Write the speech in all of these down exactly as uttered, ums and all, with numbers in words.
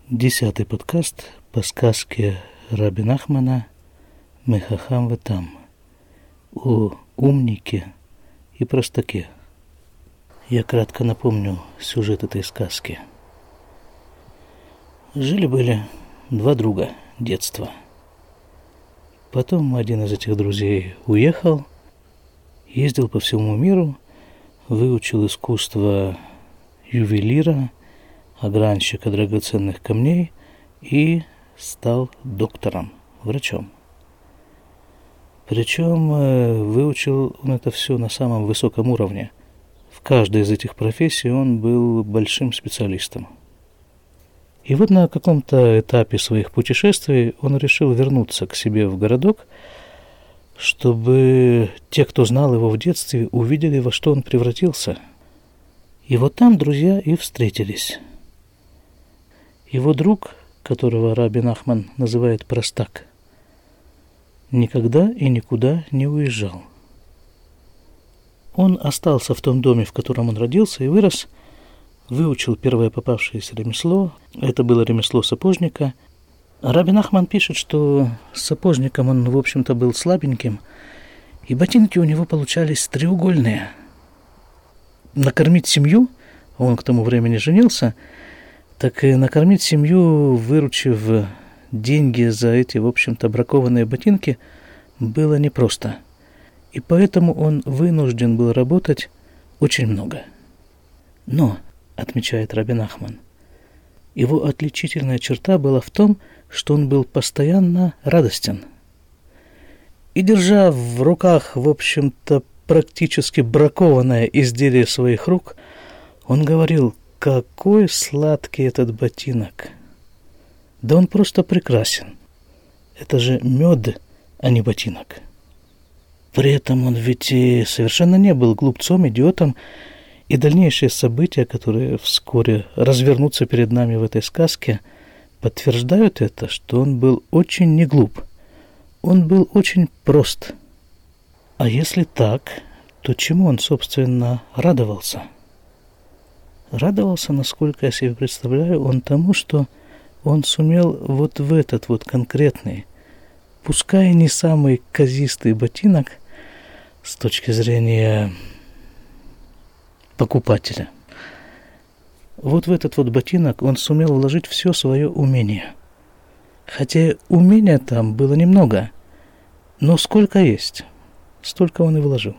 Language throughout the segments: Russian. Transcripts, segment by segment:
Десятый подкаст по сказке Раби Нахмана «Мехахам ватам» о умнике и простаке. Я кратко напомню сюжет этой сказки. Жили-были два друга детства. Потом один из этих друзей уехал, ездил по всему миру, выучил искусство ювелира, огранщика драгоценных камней и стал доктором, врачом. Причем выучил он это все на самом высоком уровне. В каждой из этих профессий он был большим специалистом. И вот на каком-то этапе своих путешествий он решил вернуться к себе в городок, чтобы те, кто знал его в детстве, увидели, во что он превратился. И вот там друзья и встретились. Его друг, которого Раби Нахман называет простак, никогда и никуда не уезжал. Он остался в том доме, в котором он родился и вырос, выучил первое попавшееся ремесло. Это было ремесло сапожника. Раби Нахман пишет, что сапожником он, в общем-то, был слабеньким, и ботинки у него получались треугольные. Накормить семью, он к тому времени женился, так и накормить семью, выручив деньги за эти, в общем-то, бракованные ботинки, было непросто. И поэтому он вынужден был работать очень много. Но, отмечает Раби Нахман, его отличительная черта была в том, что он был постоянно радостен. И, держа в руках, в общем-то, практически бракованное изделие своих рук, он говорил: «Какой сладкий этот ботинок! Да он просто прекрасен! Это же мед, а не ботинок!» При этом он ведь и совершенно не был глупцом, идиотом, и дальнейшие события, которые вскоре развернутся перед нами в этой сказке, подтверждают это, что он был очень не глуп, он был очень прост. А если так, то чему он, собственно, радовался? Радовался, насколько я себе представляю, он тому, что он сумел вот в этот вот конкретный, пускай не самый казистый ботинок с точки зрения покупателя, вот в этот вот ботинок он сумел вложить все свое умение. Хотя умения там было немного, но сколько есть, столько он и вложил.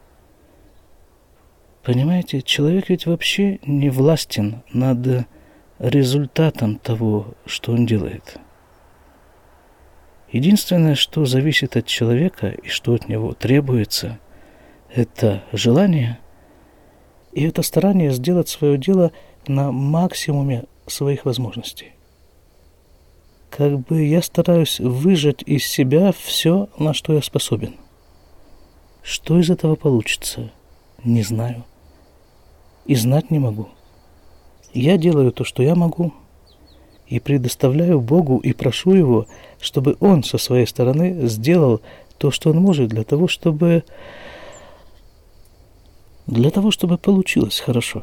Понимаете, человек ведь вообще не властен над результатом того, что он делает. Единственное, что зависит от человека и что от него требуется, это желание и это старание сделать свое дело на максимуме своих возможностей. Как бы я стараюсь выжать из себя все, на что я способен. Что из этого получится, не знаю. И знать не могу. Я делаю то, что я могу, и предоставляю Богу и прошу Его, чтобы Он со своей стороны сделал то, что Он может, для того, чтобы для того, чтобы получилось хорошо.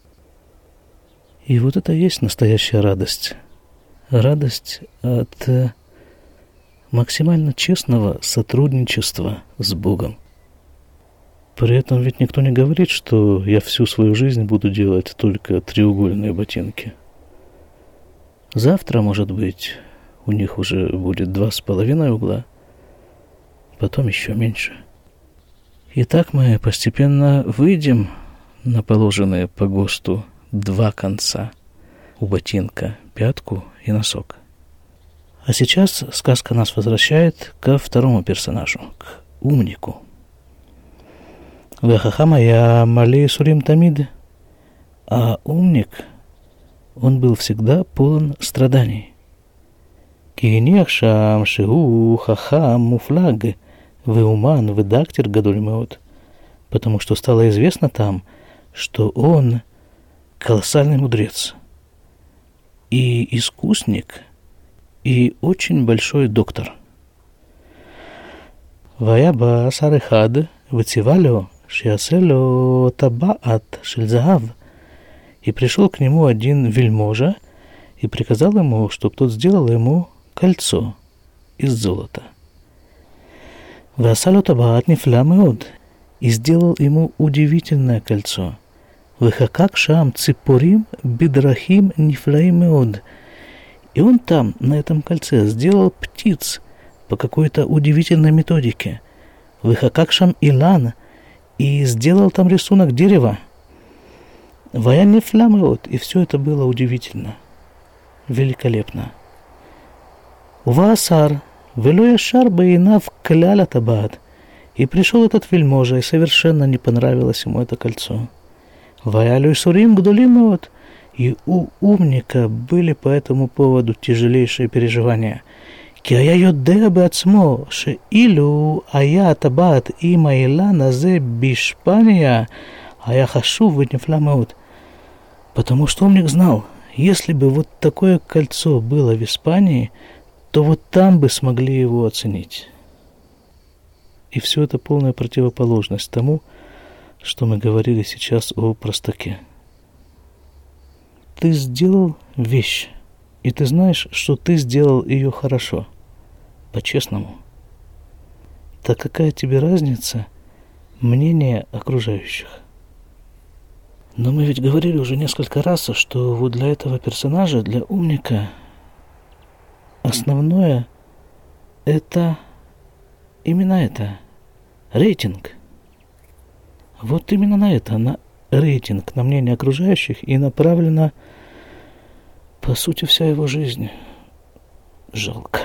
И вот это и есть настоящая радость. Радость от максимально честного сотрудничества с Богом. При этом ведь никто не говорит, что я всю свою жизнь буду делать только треугольные ботинки. Завтра, может быть, у них уже будет два с половиной угла, потом еще меньше. И так мы постепенно выйдем на положенные по ГОСТу два конца у ботинка, пятку и носок. А сейчас сказка нас возвращает ко второму персонажу, к умнику. Вехахама я мали сурим тамид, а умник, он был всегда полон страданий. Киниах шам шигу хахам муфлаг веуман ведактир гадоль меот, потому что стало известно там, что он колоссальный мудрец и искусник, и очень большой доктор. Ваяба сарехад вецивалео шиасело табаат шельзагав. И пришел к нему один вельможа и приказал ему, чтобы тот сделал ему кольцо из золота. «Васалу табаат нифла меод», и сделал ему удивительное кольцо. «Вехакак шам ципурим бидрахим нифлаим меод». И он там, на этом кольце, сделал птиц по какой-то удивительной методике. «Вехакак шам илан», и сделал там рисунок дерева. «Вая нифла меод», и все это было удивительно, великолепно. «Уваасар, вело яшар баинав кляля табаат». И пришел этот вельможа, и совершенно не понравилось ему это кольцо. «Ваялю сурим гдолимот». И у умника были по этому поводу тяжелейшие переживания. «Кия йодеа беацмо, ше илю ая табаат има илана зе бишпания, ая хашув венефла меод». Потому что умник знал, если бы вот такое кольцо было в Испании, то вот там бы смогли его оценить. И все это полная противоположность тому, что мы говорили сейчас о простаке. Ты сделал вещь, и ты знаешь, что ты сделал ее хорошо, по-честному. Так какая тебе разница мнение окружающих? Но мы ведь говорили уже несколько раз, что вот для этого персонажа, для умника, основное это именно это. Рейтинг. Вот именно на это, на рейтинг, на мнение окружающих и направлена, по сути, вся его жизнь. Жалко.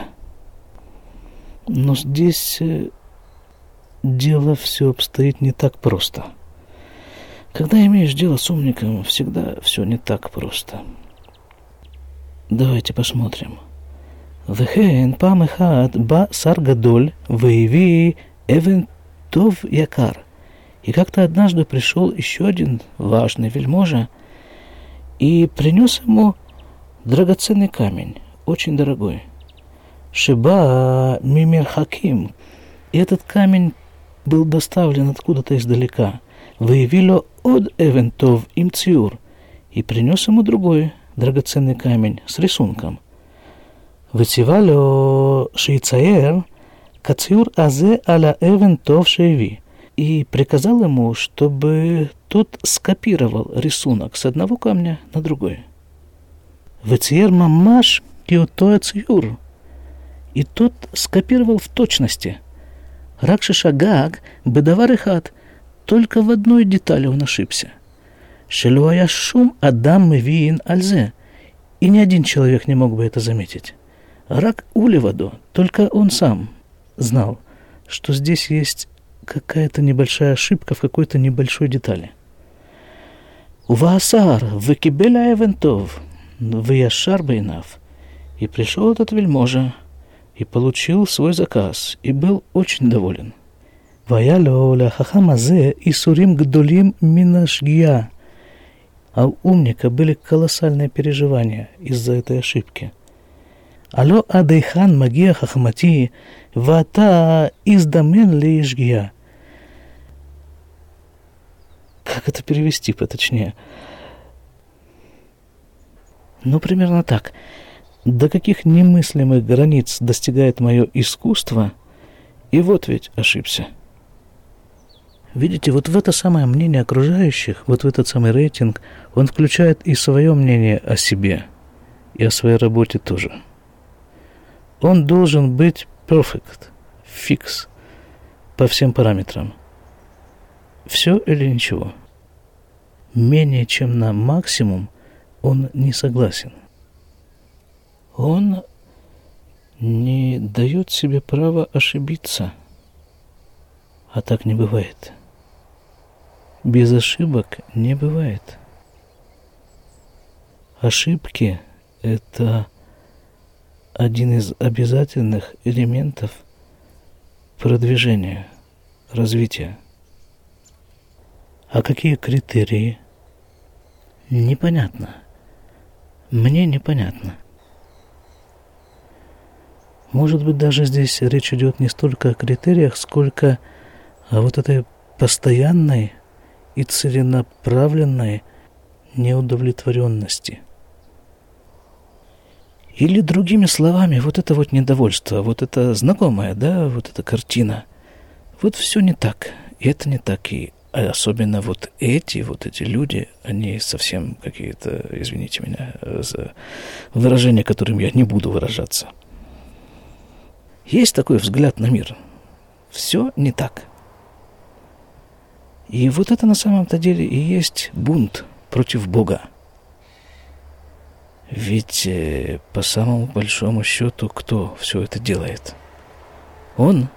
Но здесь дело все обстоит не так просто. Когда имеешь дело с умником, всегда все не так просто. Давайте посмотрим. «Вехен пам эхад ба сар гадоль вейви эвен тов якар». И как-то однажды пришел еще один важный вельможа и принес ему драгоценный камень, очень дорогой. «Шиба мимер хаким». И этот камень был доставлен откуда-то издалека. «Выявило от эвентов им циур». И принес ему другой драгоценный камень с рисунком. «Вецивало шейцаер кациур азе аля эвентов шейви». И приказал ему, чтобы тот скопировал рисунок с одного камня на другой. «Вециер мамаш киотоя циюр». И тот скопировал в точности. «Ракши шагаг бедавар ихат». Только в одной детали он ошибся. «Шелуая шум адам мевиин альзе». И ни один человек не мог бы это заметить. «Рак уливаду». Только он сам знал, что здесь есть какая-то небольшая ошибка в какой-то небольшой детали. «Уваасар, векибеля эвентов, вияшар бейнав». И пришел этот вельможа, и получил свой заказ, и был очень доволен. «Ваяло ля хахамазе и сурим гдолим минашгия». А у умника были колоссальные переживания из-за этой ошибки. «Алло адейхан магия хахамати, вата издамен ли ишгия». Как это перевести поточнее? Ну, примерно так. До каких немыслимых границ достигает мое искусство, и вот ведь ошибся. Видите, вот в это самое мнение окружающих, вот в этот самый рейтинг, он включает и свое мнение о себе, и о своей работе тоже. Он должен быть perfect, fix, по всем параметрам. Все или ничего. Менее чем на максимум он не согласен. Он не дает себе права ошибиться. А так не бывает. Без ошибок не бывает. Ошибки – это один из обязательных элементов продвижения, развития. А какие критерии? Непонятно. Мне непонятно. Может быть, даже здесь речь идет не столько о критериях, сколько о вот этой постоянной и целенаправленной неудовлетворенности. Или другими словами, вот это вот недовольство, вот это знакомая, да, вот эта картина, вот все не так, и это не так, и особенно вот эти, вот эти люди, они совсем какие-то, извините меня за выражение, которым я не буду выражаться. Есть такой взгляд на мир. Все не так. И вот это на самом-то деле и есть бунт против Бога. Ведь э, по самому большому счету, кто все это делает? Он?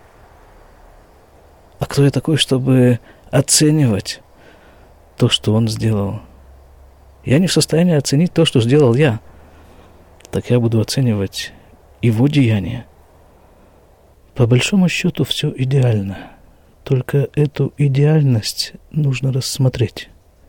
А кто я такой, чтобы оценивать то, что он сделал? Я не в состоянии оценить то, что сделал я. Так я буду оценивать его деяния. По большому счету все идеально. Только эту идеальность нужно рассмотреть.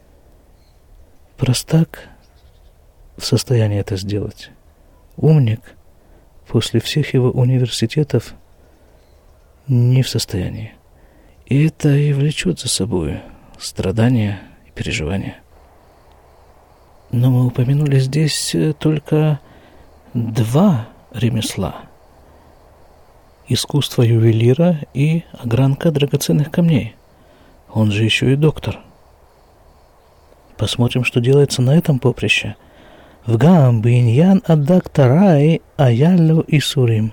Простак в состоянии это сделать. Умник после всех его университетов не в состоянии. И это и влечет за собой страдания и переживания. Но мы упомянули здесь только два ремесла. Искусство ювелира и огранка драгоценных камней. Он же еще и доктор. Посмотрим, что делается на этом поприще. «Вгам биньян аддактарай аялло исурим».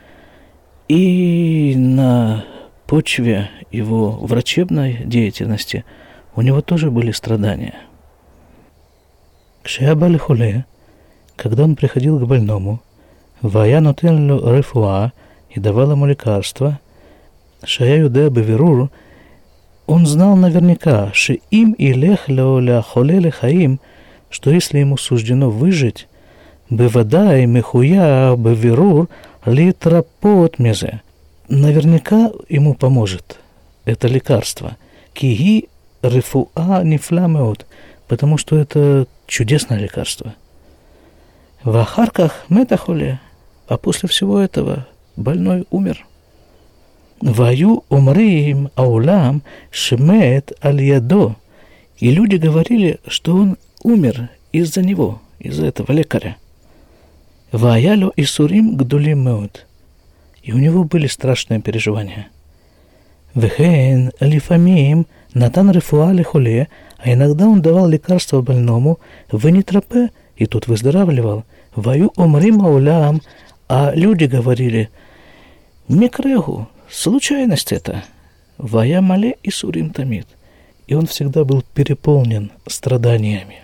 И на почве его врачебной деятельности у него тоже были страдания. «Кшеабали хуле», когда он приходил к больному, «вая нотенлю рефуа», и давал ему лекарства, «шая юдеа бевирур», он знал наверняка, «ше им и лех ля холе лехаим», что если ему суждено выжить, «бевадай мехуя бевирур литрапот мезе», наверняка ему поможет это лекарство, «киги рефуа нифламеот», потому что это чудесное лекарство. В ахарках метахоле, а после всего этого больной умер. Ваю умрим аулам шмет аль-ядо. И люди говорили, что он умер из-за него, из-за этого лекаря. Ваяло исурим гдулим меот. И у него были страшные переживания. Вехен лифамим натан рефуа лехуле, а иногда он давал лекарство больному, венитропе, и тут выздоравливал. Ваю умрим аулам, а люди говорили, микрегу, случайность это, вая мале и сурим тамид. И он всегда был переполнен страданиями.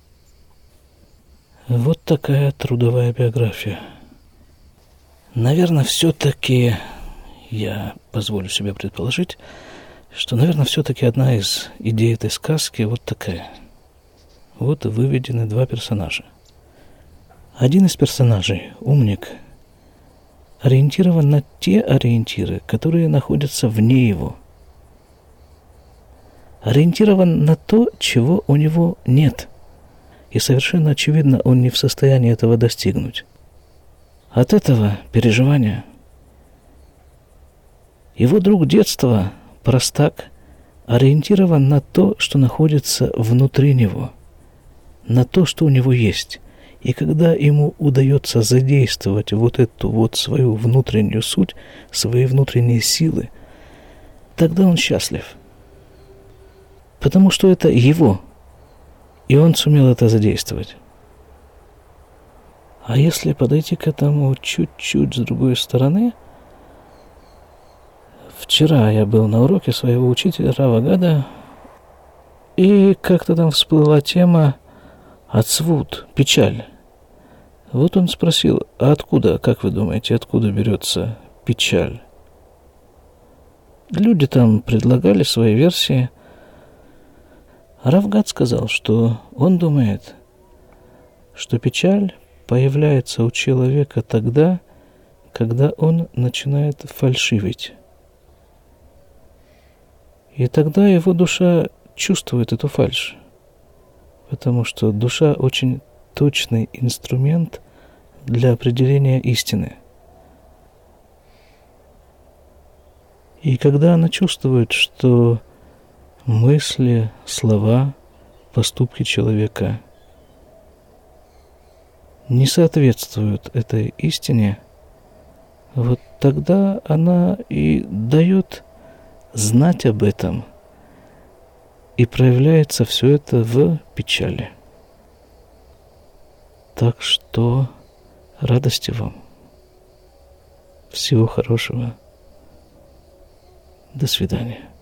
Вот такая трудовая биография. Наверное, все-таки, я позволю себе предположить, что, наверное, все-таки одна из идей этой сказки вот такая. Вот выведены два персонажа. Один из персонажей, умник, ориентирован на те ориентиры, которые находятся вне его. Ориентирован на то, чего у него нет. И совершенно очевидно, он не в состоянии этого достигнуть. От этого переживания его друг детства, простак, ориентирован на то, что находится внутри него, на то, что у него есть. И когда ему удается задействовать вот эту вот свою внутреннюю суть, свои внутренние силы, тогда он счастлив. Потому что это его, и он сумел это задействовать. А если подойти к этому чуть-чуть с другой стороны, вчера я был на уроке своего учителя Рава Гада, и как-то там всплыла тема «Ацвут», печаль. Вот он спросил, а откуда, как вы думаете, откуда берется печаль? Люди там предлагали свои версии. Рав Гад сказал, что он думает, что печаль появляется у человека тогда, когда он начинает фальшивить. И тогда его душа чувствует эту фальшь, потому что душа очень точный инструмент для определения истины. И когда она чувствует, что мысли, слова, поступки человека не соответствуют этой истине, вот тогда она и дает знать об этом, и проявляется все это в печали. Так что радости вам. Всего хорошего. До свидания.